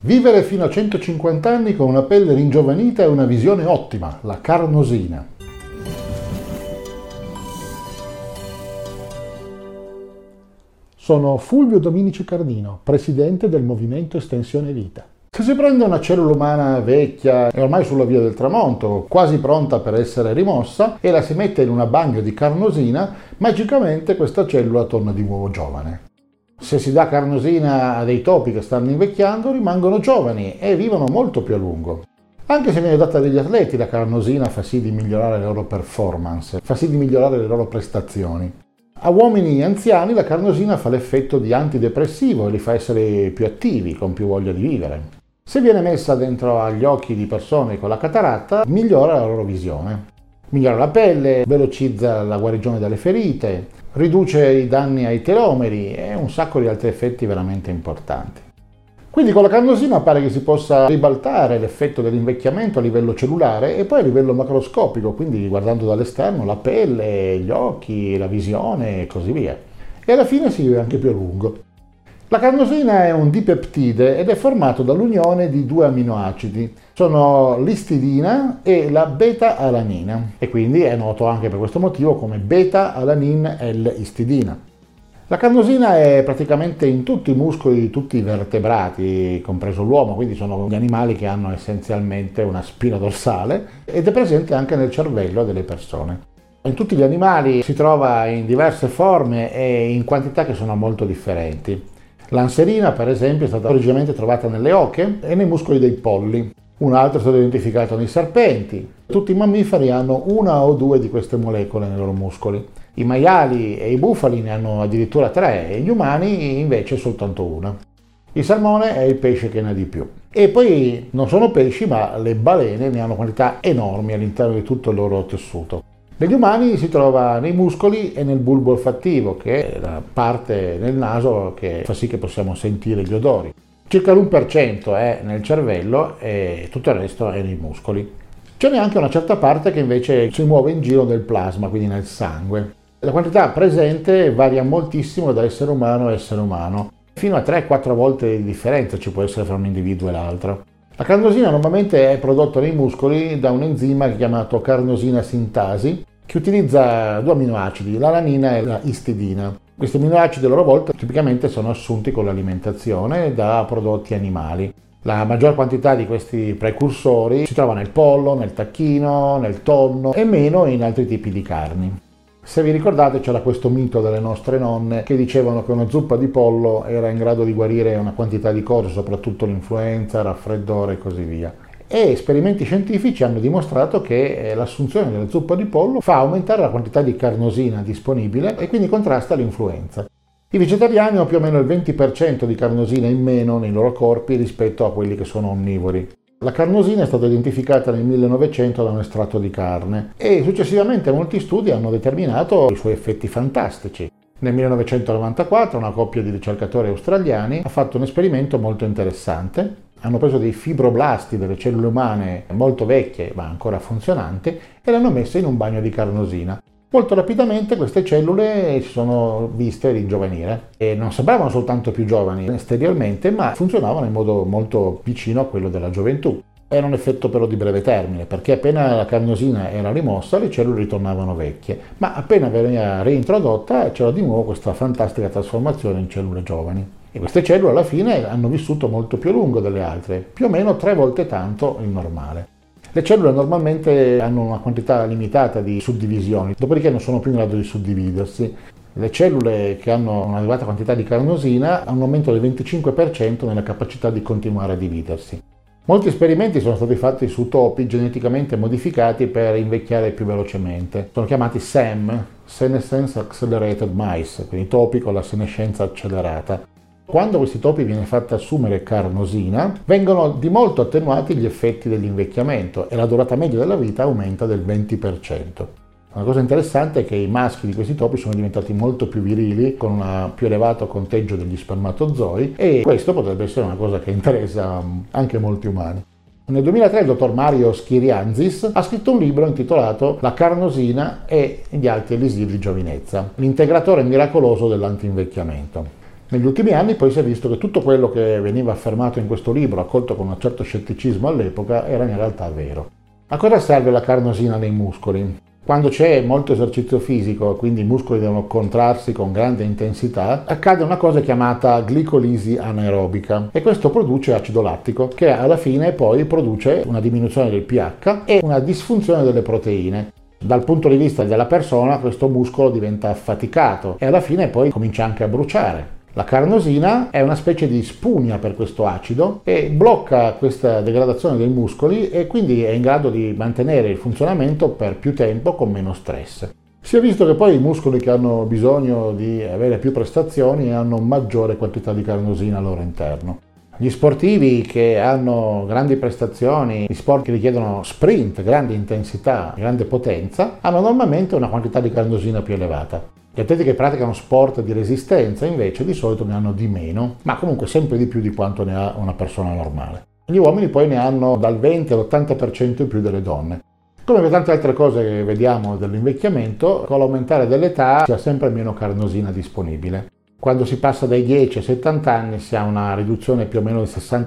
Vivere fino a 150 anni con una pelle ringiovanita e una visione ottima, la carnosina. Sono Fulvio Dominici Cardino, presidente del Movimento Estensione Vita. Se si prende una cellula umana vecchia e ormai sulla via del tramonto, quasi pronta per essere rimossa, e la si mette in una bagno di carnosina, magicamente questa cellula torna di nuovo giovane. Se si dà carnosina a dei topi che stanno invecchiando, rimangono giovani e vivono molto più a lungo. Anche se viene data agli atleti, la carnosina fa sì di migliorare le loro performance, fa sì di migliorare le loro prestazioni. A uomini anziani la carnosina fa l'effetto di antidepressivo e li fa essere più attivi, con più voglia di vivere. Se viene messa dentro agli occhi di persone con la cataratta, migliora la loro visione. Migliora la pelle, velocizza la guarigione dalle ferite, riduce i danni ai telomeri e un sacco di altri effetti veramente importanti. Quindi con la carnosina pare che si possa ribaltare l'effetto dell'invecchiamento a livello cellulare e poi a livello macroscopico, quindi guardando dall'esterno la pelle, gli occhi, la visione e così via. E alla fine si vive anche più a lungo. La carnosina è un dipeptide ed è formato dall'unione di due aminoacidi. Sono l'istidina e la beta-alanina e quindi è noto anche per questo motivo come beta-alanin L-istidina. La carnosina è praticamente in tutti i muscoli di tutti i vertebrati, compreso l'uomo, quindi sono gli animali che hanno essenzialmente una spina dorsale ed è presente anche nel cervello delle persone. In tutti gli animali si trova in diverse forme e in quantità che sono molto differenti. L'anserina, per esempio, è stata originariamente trovata nelle oche e nei muscoli dei polli. Un altro è stato identificato nei serpenti. Tutti i mammiferi hanno una o due di queste molecole nei loro muscoli. I maiali e i bufali ne hanno addirittura 3 e gli umani invece soltanto una. Il salmone è il pesce che ne ha di più. E poi non sono pesci, ma le balene ne hanno quantità enormi all'interno di tutto il loro tessuto. Negli umani si trova nei muscoli e nel bulbo olfattivo, che è la parte nel naso che fa sì che possiamo sentire gli odori. Circa l'1% è nel cervello e tutto il resto è nei muscoli. Ce n'è anche una certa parte che invece si muove in giro nel plasma, quindi nel sangue. La quantità presente varia moltissimo da essere umano a essere umano. Fino a 3-4 volte di differenza ci può essere fra un individuo e l'altro. La carnosina normalmente è prodotta nei muscoli da un enzima chiamato carnosina sintasi, che utilizza due aminoacidi, l'alanina e la istidina. Questi aminoacidi a loro volta tipicamente sono assunti con l'alimentazione da prodotti animali. La maggior quantità di questi precursori si trova nel pollo, nel tacchino, nel tonno e meno in altri tipi di carni. Se vi ricordate c'era questo mito delle nostre nonne che dicevano che una zuppa di pollo era in grado di guarire una quantità di cose, soprattutto l'influenza, il raffreddore e così via. E esperimenti scientifici hanno dimostrato che l'assunzione della zuppa di pollo fa aumentare la quantità di carnosina disponibile e quindi contrasta l'influenza. I vegetariani hanno più o meno il 20% di carnosina in meno nei loro corpi rispetto a quelli che sono onnivori. La carnosina è stata identificata nel 1900 da un estratto di carne e successivamente molti studi hanno determinato i suoi effetti fantastici. Nel 1994 una coppia di ricercatori australiani ha fatto un esperimento molto interessante. Hanno preso dei fibroblasti delle cellule umane molto vecchie ma ancora funzionanti e le hanno messe in un bagno di carnosina. Molto rapidamente queste cellule si sono viste ringiovanire e non sembravano soltanto più giovani esteriormente, ma funzionavano in modo molto vicino a quello della gioventù. Era un effetto però di breve termine, perché appena la carnosina era rimossa le cellule ritornavano vecchie, ma appena veniva reintrodotta c'era di nuovo questa fantastica trasformazione in cellule giovani. E queste cellule alla fine hanno vissuto molto più a lungo delle altre, più o meno 3 volte tanto il normale. Le cellule normalmente hanno una quantità limitata di suddivisioni, dopodiché non sono più in grado di suddividersi. Le cellule che hanno un'elevata quantità di carnosina hanno un aumento del 25% nella capacità di continuare a dividersi. Molti esperimenti sono stati fatti su topi geneticamente modificati per invecchiare più velocemente. Sono chiamati SAM, Senescence Accelerated Mice, quindi topi con la senescenza accelerata. Quando questi topi viene fatta assumere carnosina, vengono di molto attenuati gli effetti dell'invecchiamento e la durata media della vita aumenta del 20%. Una cosa interessante è che i maschi di questi topi sono diventati molto più virili, con un più elevato conteggio degli spermatozoi, e questo potrebbe essere una cosa che interessa anche molti umani. Nel 2003 il dottor Mario Schirianzis ha scritto un libro intitolato La carnosina e gli altri elixir di giovinezza, l'integratore miracoloso dell'antinvecchiamento. Negli ultimi anni poi si è visto che tutto quello che veniva affermato in questo libro, accolto con un certo scetticismo all'epoca, era in realtà vero. A cosa serve la carnosina nei muscoli? Quando c'è molto esercizio fisico, quindi i muscoli devono contrarsi con grande intensità, accade una cosa chiamata glicolisi anaerobica e questo produce acido lattico che alla fine poi produce una diminuzione del pH e una disfunzione delle proteine. Dal punto di vista della persona questo muscolo diventa affaticato e alla fine poi comincia anche a bruciare. La carnosina è una specie di spugna per questo acido e blocca questa degradazione dei muscoli e quindi è in grado di mantenere il funzionamento per più tempo con meno stress. Si è visto che poi i muscoli che hanno bisogno di avere più prestazioni hanno maggiore quantità di carnosina al loro interno. Gli sportivi che hanno grandi prestazioni, gli sport che richiedono sprint, grande intensità, grande potenza, hanno normalmente una quantità di carnosina più elevata. Gli atleti che praticano sport di resistenza invece di solito ne hanno di meno, ma comunque sempre di più di quanto ne ha una persona normale. Gli uomini poi ne hanno dal 20 all'80% in più delle donne. Come per tante altre cose che vediamo dell'invecchiamento, con l'aumentare dell'età si ha sempre meno carnosina disponibile. Quando si passa dai 10 ai 70 anni si ha una riduzione più o meno del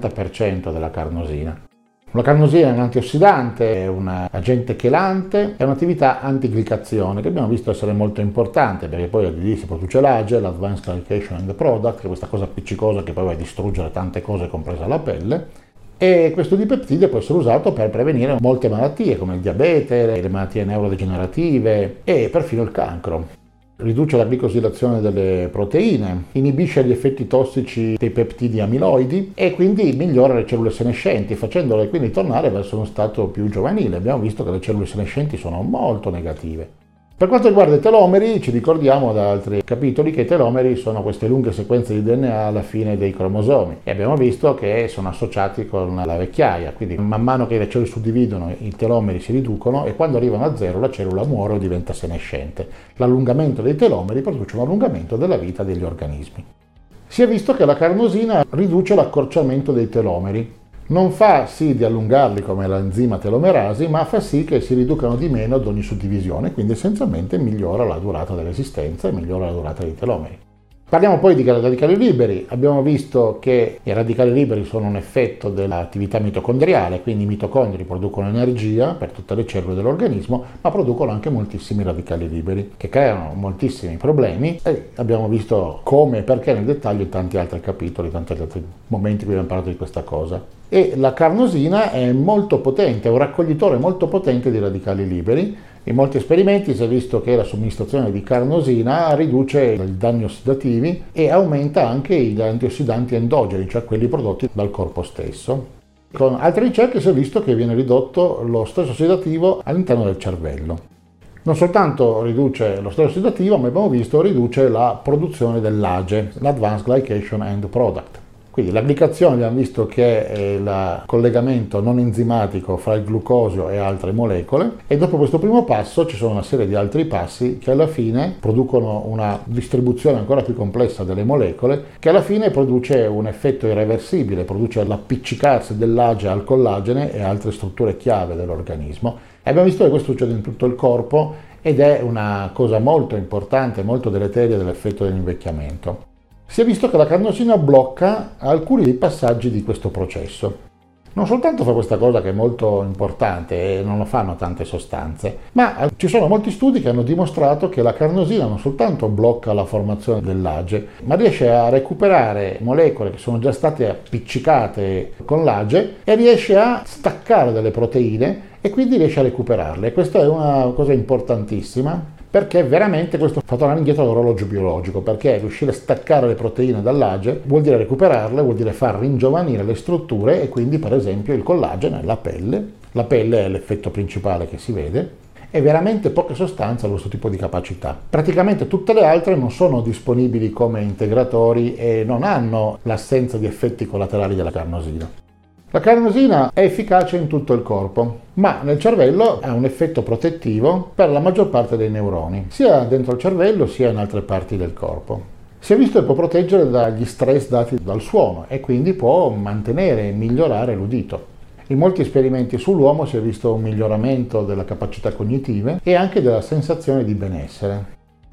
60% della carnosina. La carnosina è un antiossidante, è un agente chelante, è un'attività antiglicazione che abbiamo visto essere molto importante perché poi di lì si produce l'AGE, l'Advanced Glycation and Product, che è questa cosa appiccicosa che poi va a distruggere tante cose compresa la pelle. E questo dipeptide può essere usato per prevenire molte malattie come il diabete, le malattie neurodegenerative e perfino il cancro. Riduce la glicosilazione delle proteine, inibisce gli effetti tossici dei peptidi amiloidi e quindi migliora le cellule senescenti, facendole quindi tornare verso uno stato più giovanile. Abbiamo visto che le cellule senescenti sono molto negative. Per quanto riguarda i telomeri, ci ricordiamo da altri capitoli che i telomeri sono queste lunghe sequenze di DNA alla fine dei cromosomi e abbiamo visto che sono associati con la vecchiaia, quindi man mano che le cellule suddividono i telomeri si riducono e quando arrivano a zero la cellula muore o diventa senescente. L'allungamento dei telomeri produce un allungamento della vita degli organismi. Si è visto che la carnosina riduce l'accorciamento dei telomeri. Non fa sì di allungarli come l'enzima telomerasi, ma fa sì che si riducano di meno ad ogni suddivisione, quindi essenzialmente migliora la durata dell'esistenza e migliora la durata dei telomeri. Parliamo poi di radicali liberi. Abbiamo visto che i radicali liberi sono un effetto dell'attività mitocondriale, quindi i mitocondri producono energia per tutte le cellule dell'organismo, ma producono anche moltissimi radicali liberi che creano moltissimi problemi e abbiamo visto come e perché nel dettaglio in tanti altri capitoli, tanti altri momenti in cui abbiamo parlato di questa cosa. E la carnosina è molto potente, è un raccoglitore molto potente di radicali liberi. In molti esperimenti si è visto che la somministrazione di carnosina riduce i danni ossidativi e aumenta anche gli antiossidanti endogeni, cioè quelli prodotti dal corpo stesso. Con altre ricerche si è visto che viene ridotto lo stress ossidativo all'interno del cervello. Non soltanto riduce lo stress ossidativo, ma abbiamo visto riduce la produzione dell'AGE, l'Advanced Glycation and Product. Quindi la glicazione abbiamo visto che è il collegamento non enzimatico fra il glucosio e altre molecole e dopo questo primo passo ci sono una serie di altri passi che alla fine producono una distribuzione ancora più complessa delle molecole che alla fine produce un effetto irreversibile, produce l'appiccicarsi dell'AGE al collagene e altre strutture chiave dell'organismo. E abbiamo visto che questo succede in tutto il corpo ed è una cosa molto importante, molto deleteria dell'effetto dell'invecchiamento. Si è visto che la carnosina blocca alcuni dei passaggi di questo processo. Non soltanto fa questa cosa che è molto importante e non lo fanno tante sostanze, ma ci sono molti studi che hanno dimostrato che la carnosina non soltanto blocca la formazione dell'AGE, ma riesce a recuperare molecole che sono già state appiccicate con l'AGE e riesce a staccare delle proteine e quindi riesce a recuperarle. Questa è una cosa importantissima, perché veramente questo fa tornare indietro l'orologio biologico, perché riuscire a staccare le proteine dall'AGE vuol dire recuperarle, vuol dire far ringiovanire le strutture e quindi per esempio il collagene, la pelle è l'effetto principale che si vede, e veramente poche sostanze hanno questo tipo di capacità. Praticamente tutte le altre non sono disponibili come integratori e non hanno l'assenza di effetti collaterali della carnosina. La carnosina è efficace in tutto il corpo, ma nel cervello ha un effetto protettivo per la maggior parte dei neuroni, sia dentro il cervello sia in altre parti del corpo. Si è visto che può proteggere dagli stress dati dal suono e quindi può mantenere e migliorare l'udito. In molti esperimenti sull'uomo si è visto un miglioramento delle capacità cognitive e anche della sensazione di benessere.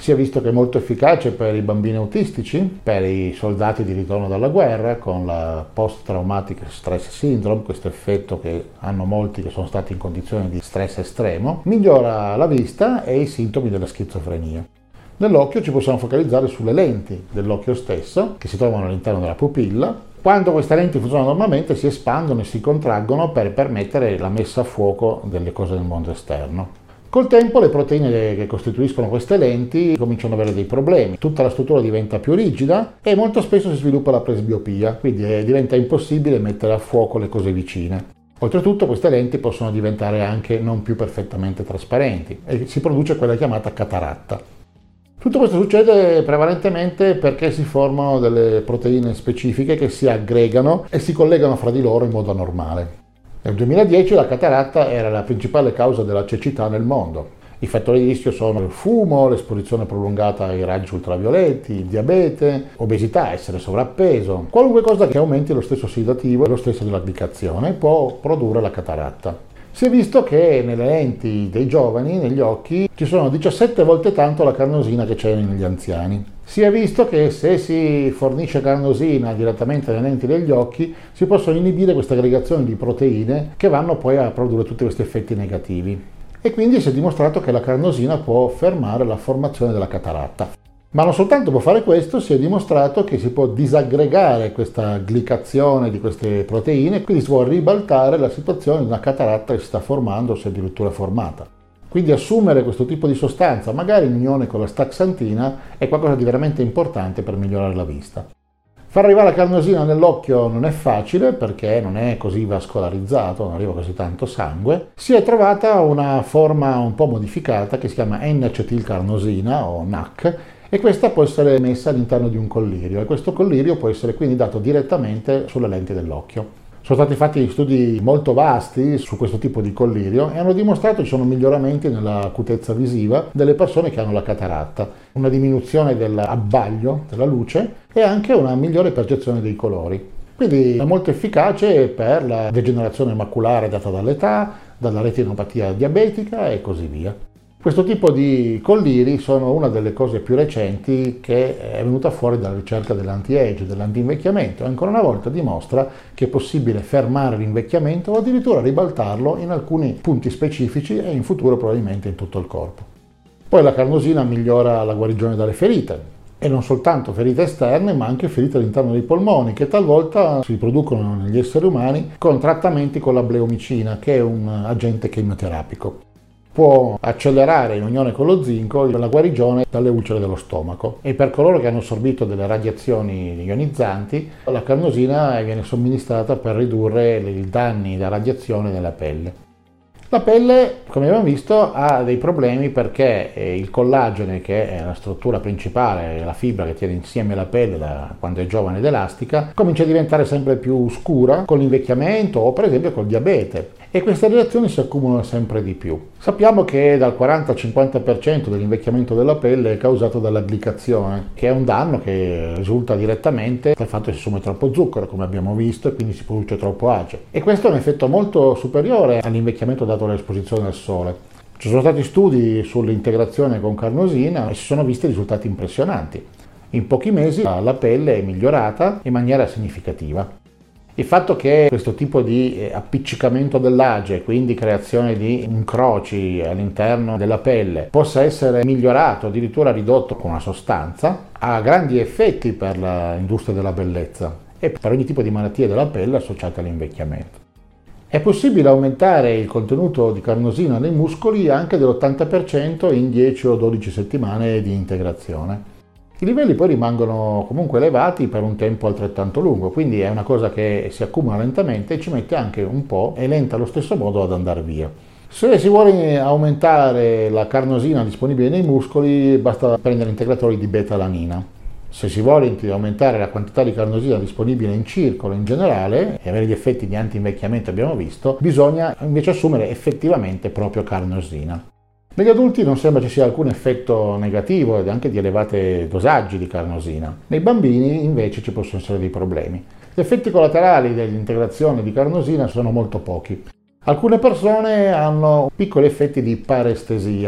Si è visto che è molto efficace per i bambini autistici, per i soldati di ritorno dalla guerra con la post-traumatic stress syndrome, questo effetto che hanno molti che sono stati in condizioni di stress estremo, migliora la vista e i sintomi della schizofrenia. Nell'occhio ci possiamo focalizzare sulle lenti dell'occhio stesso, che si trovano all'interno della pupilla. Quando queste lenti funzionano normalmente si espandono e si contraggono per permettere la messa a fuoco delle cose del mondo esterno. Col tempo le proteine che costituiscono queste lenti cominciano ad avere dei problemi, tutta la struttura diventa più rigida e molto spesso si sviluppa la presbiopia, quindi diventa impossibile mettere a fuoco le cose vicine. Oltretutto queste lenti possono diventare anche non più perfettamente trasparenti e si produce quella chiamata cataratta. Tutto questo succede prevalentemente perché si formano delle proteine specifiche che si aggregano e si collegano fra di loro in modo anormale. Nel 2010 la cataratta era la principale causa della cecità nel mondo. I fattori di rischio sono il fumo, l'esposizione prolungata ai raggi ultravioletti, il diabete, obesità, essere sovrappeso. Qualunque cosa che aumenti lo stesso ossidativo e lo stesso della gliccazione può produrre la cataratta. Si è visto che nelle lenti dei giovani, negli occhi, ci sono 17 volte tanto la carnosina che c'è negli anziani. Si è visto che se si fornisce carnosina direttamente nelle lenti degli occhi si possono inibire questa aggregazione di proteine che vanno poi a produrre tutti questi effetti negativi. E quindi si è dimostrato che la carnosina può fermare la formazione della cataratta. Ma non soltanto può fare questo, si è dimostrato che si può disaggregare questa glicazione di queste proteine, quindi si può ribaltare la situazione di una cataratta che si sta formando o si è addirittura formata. Quindi assumere questo tipo di sostanza, magari in unione con la staxantina, è qualcosa di veramente importante per migliorare la vista. Far arrivare la carnosina nell'occhio non è facile perché non è così vascolarizzato, non arriva così tanto sangue. Si è trovata una forma un po' modificata che si chiama N-acetilcarnosina o NAC e questa può essere messa all'interno di un collirio e questo collirio può essere quindi dato direttamente sulle lenti dell'occhio. Sono stati fatti studi molto vasti su questo tipo di collirio e hanno dimostrato che ci sono miglioramenti nell'acutezza visiva delle persone che hanno la cataratta, una diminuzione dell'abbaglio della luce e anche una migliore percezione dei colori. Quindi è molto efficace per la degenerazione maculare data dall'età, dalla retinopatia diabetica e così via. Questo tipo di colliri sono una delle cose più recenti che è venuta fuori dalla ricerca dell'anti-age, dell'anti-invecchiamento e ancora una volta dimostra che è possibile fermare l'invecchiamento o addirittura ribaltarlo in alcuni punti specifici e in futuro probabilmente in tutto il corpo. Poi la carnosina migliora la guarigione dalle ferite e non soltanto ferite esterne ma anche ferite all'interno dei polmoni che talvolta si producono negli esseri umani con trattamenti con la bleomicina che è un agente chemioterapico. Può accelerare in unione con lo zinco la guarigione dalle ulcere dello stomaco e per coloro che hanno assorbito delle radiazioni ionizzanti la carnosina viene somministrata per ridurre i danni da radiazione nella pelle. La pelle, come abbiamo visto, ha dei problemi perché il collagene, che è la struttura principale, la fibra che tiene insieme la pelle da quando è giovane ed elastica, comincia a diventare sempre più scura con l'invecchiamento o per esempio col diabete. E queste reazioni si accumulano sempre di più. Sappiamo che dal 40 al 50% dell'invecchiamento della pelle è causato dalla glicazione, che è un danno che risulta direttamente dal fatto che si assume troppo zucchero, come abbiamo visto, e quindi si produce troppo ace. E questo è un effetto molto superiore all'invecchiamento dato dall'esposizione al sole. Ci sono stati studi sull'integrazione con carnosina e si sono visti risultati impressionanti. In pochi mesi la pelle è migliorata in maniera significativa. Il fatto che questo tipo di appiccicamento dell'age, quindi creazione di incroci all'interno della pelle, possa essere migliorato, addirittura ridotto con una sostanza, ha grandi effetti per l'industria della bellezza e per ogni tipo di malattia della pelle associata all'invecchiamento. È possibile aumentare il contenuto di carnosina nei muscoli anche dell'80% in 10 o 12 settimane di integrazione. I livelli poi rimangono comunque elevati per un tempo altrettanto lungo, quindi è una cosa che si accumula lentamente e ci mette anche un po' e lenta allo stesso modo ad andare via. Se si vuole aumentare la carnosina disponibile nei muscoli basta prendere integratori di beta-alanina. Se si vuole aumentare la quantità di carnosina disponibile in circolo in generale e avere gli effetti di anti-invecchiamento abbiamo visto, bisogna invece assumere effettivamente proprio carnosina. Negli adulti non sembra ci sia alcun effetto negativo ed anche di elevati dosaggi di carnosina. Nei bambini invece ci possono essere dei problemi. Gli effetti collaterali dell'integrazione di carnosina sono molto pochi. Alcune persone hanno piccoli effetti di parestesia,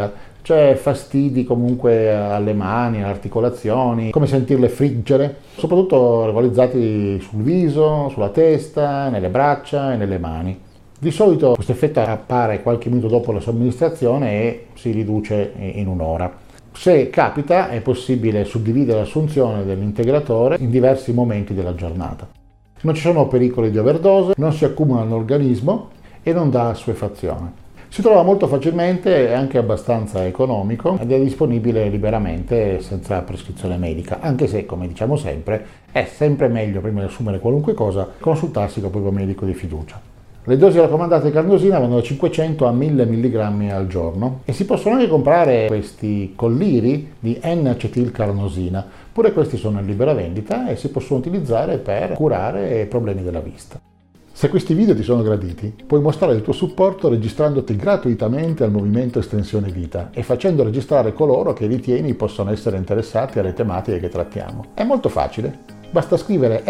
C'è fastidi comunque alle mani, alle articolazioni, come sentirle friggere, soprattutto localizzati sul viso, sulla testa, nelle braccia e nelle mani. Di solito questo effetto appare qualche minuto dopo la somministrazione e si riduce in un'ora. Se capita è possibile suddividere l'assunzione dell'integratore in diversi momenti della giornata. Non ci sono pericoli di overdose, non si accumula nell'organismo e non dà assuefazione. Si trova molto facilmente, è anche abbastanza economico ed è disponibile liberamente senza prescrizione medica, anche se, come diciamo sempre, è sempre meglio prima di assumere qualunque cosa consultarsi con il proprio medico di fiducia. Le dosi raccomandate di carnosina vanno da 500 a 1000 mg al giorno e si possono anche comprare questi colliri di N-acetilcarnosina, pure questi sono in libera vendita e si possono utilizzare per curare problemi della vista. Se questi video ti sono graditi, puoi mostrare il tuo supporto registrandoti gratuitamente al Movimento Estensione Vita e facendo registrare coloro che ritieni possano essere interessati alle tematiche che trattiamo. È molto facile. Basta scrivere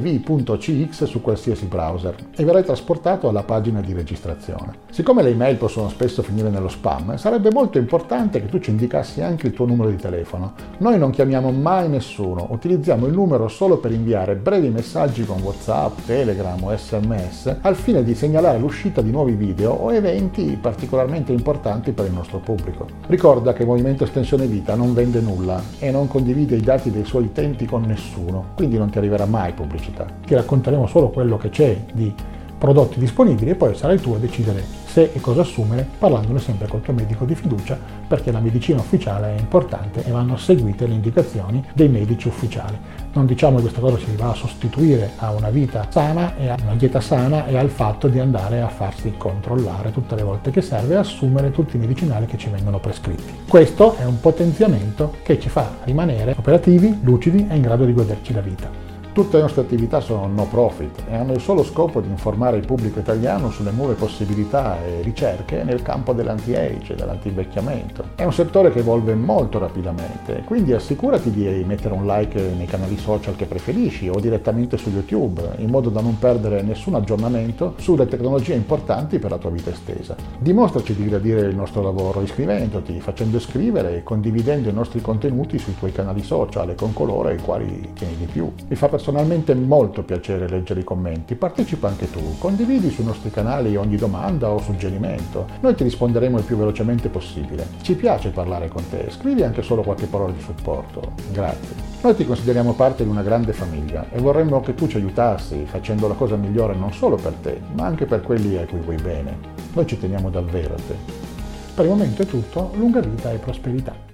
mev.cx su qualsiasi browser e verrai trasportato alla pagina di registrazione. Siccome le email possono spesso finire nello spam, sarebbe molto importante che tu ci indicassi anche il tuo numero di telefono. Noi non chiamiamo mai nessuno, utilizziamo il numero solo per inviare brevi messaggi con WhatsApp, Telegram o SMS al fine di segnalare l'uscita di nuovi video o eventi particolarmente importanti per il nostro pubblico. Ricorda che il Movimento Estensione Vita non vende nulla e non condivide i dati dei suoi utenti con nessuno, quindi non ti arriverà mai pubblicità. Ti racconteremo solo quello che c'è di prodotti disponibili e poi sarai tu a decidere se e cosa assumere, parlandone sempre col tuo medico di fiducia, perché la medicina ufficiale è importante e vanno seguite le indicazioni dei medici ufficiali. Non diciamo che questa cosa si va a sostituire a una vita sana e a una dieta sana e al fatto di andare a farsi controllare tutte le volte che serve e assumere tutti i medicinali che ci vengono prescritti. Questo è un potenziamento che ci fa rimanere operativi, lucidi e in grado di goderci la vita. Tutte le nostre attività sono no profit e hanno il solo scopo di informare il pubblico italiano sulle nuove possibilità e ricerche nel campo dell'anti-age e dell'antivecchiamento. È un settore che evolve molto rapidamente, quindi assicurati di mettere un like nei canali social che preferisci o direttamente su YouTube, in modo da non perdere nessun aggiornamento sulle tecnologie importanti per la tua vita estesa. Dimostraci di gradire il nostro lavoro iscrivendoti, facendo iscrivere e condividendo i nostri contenuti sui tuoi canali social e con coloro ai quali tieni di più. Mi fa personalmente molto piacere leggere i commenti, partecipa anche tu, condividi sui nostri canali ogni domanda o suggerimento, noi ti risponderemo il più velocemente possibile. Ci piace parlare con te, scrivi anche solo qualche parola di supporto, grazie. Noi ti consideriamo parte di una grande famiglia e vorremmo che tu ci aiutassi facendo la cosa migliore non solo per te, ma anche per quelli a cui vuoi bene. Noi ci teniamo davvero a te. Per il momento è tutto, lunga vita e prosperità.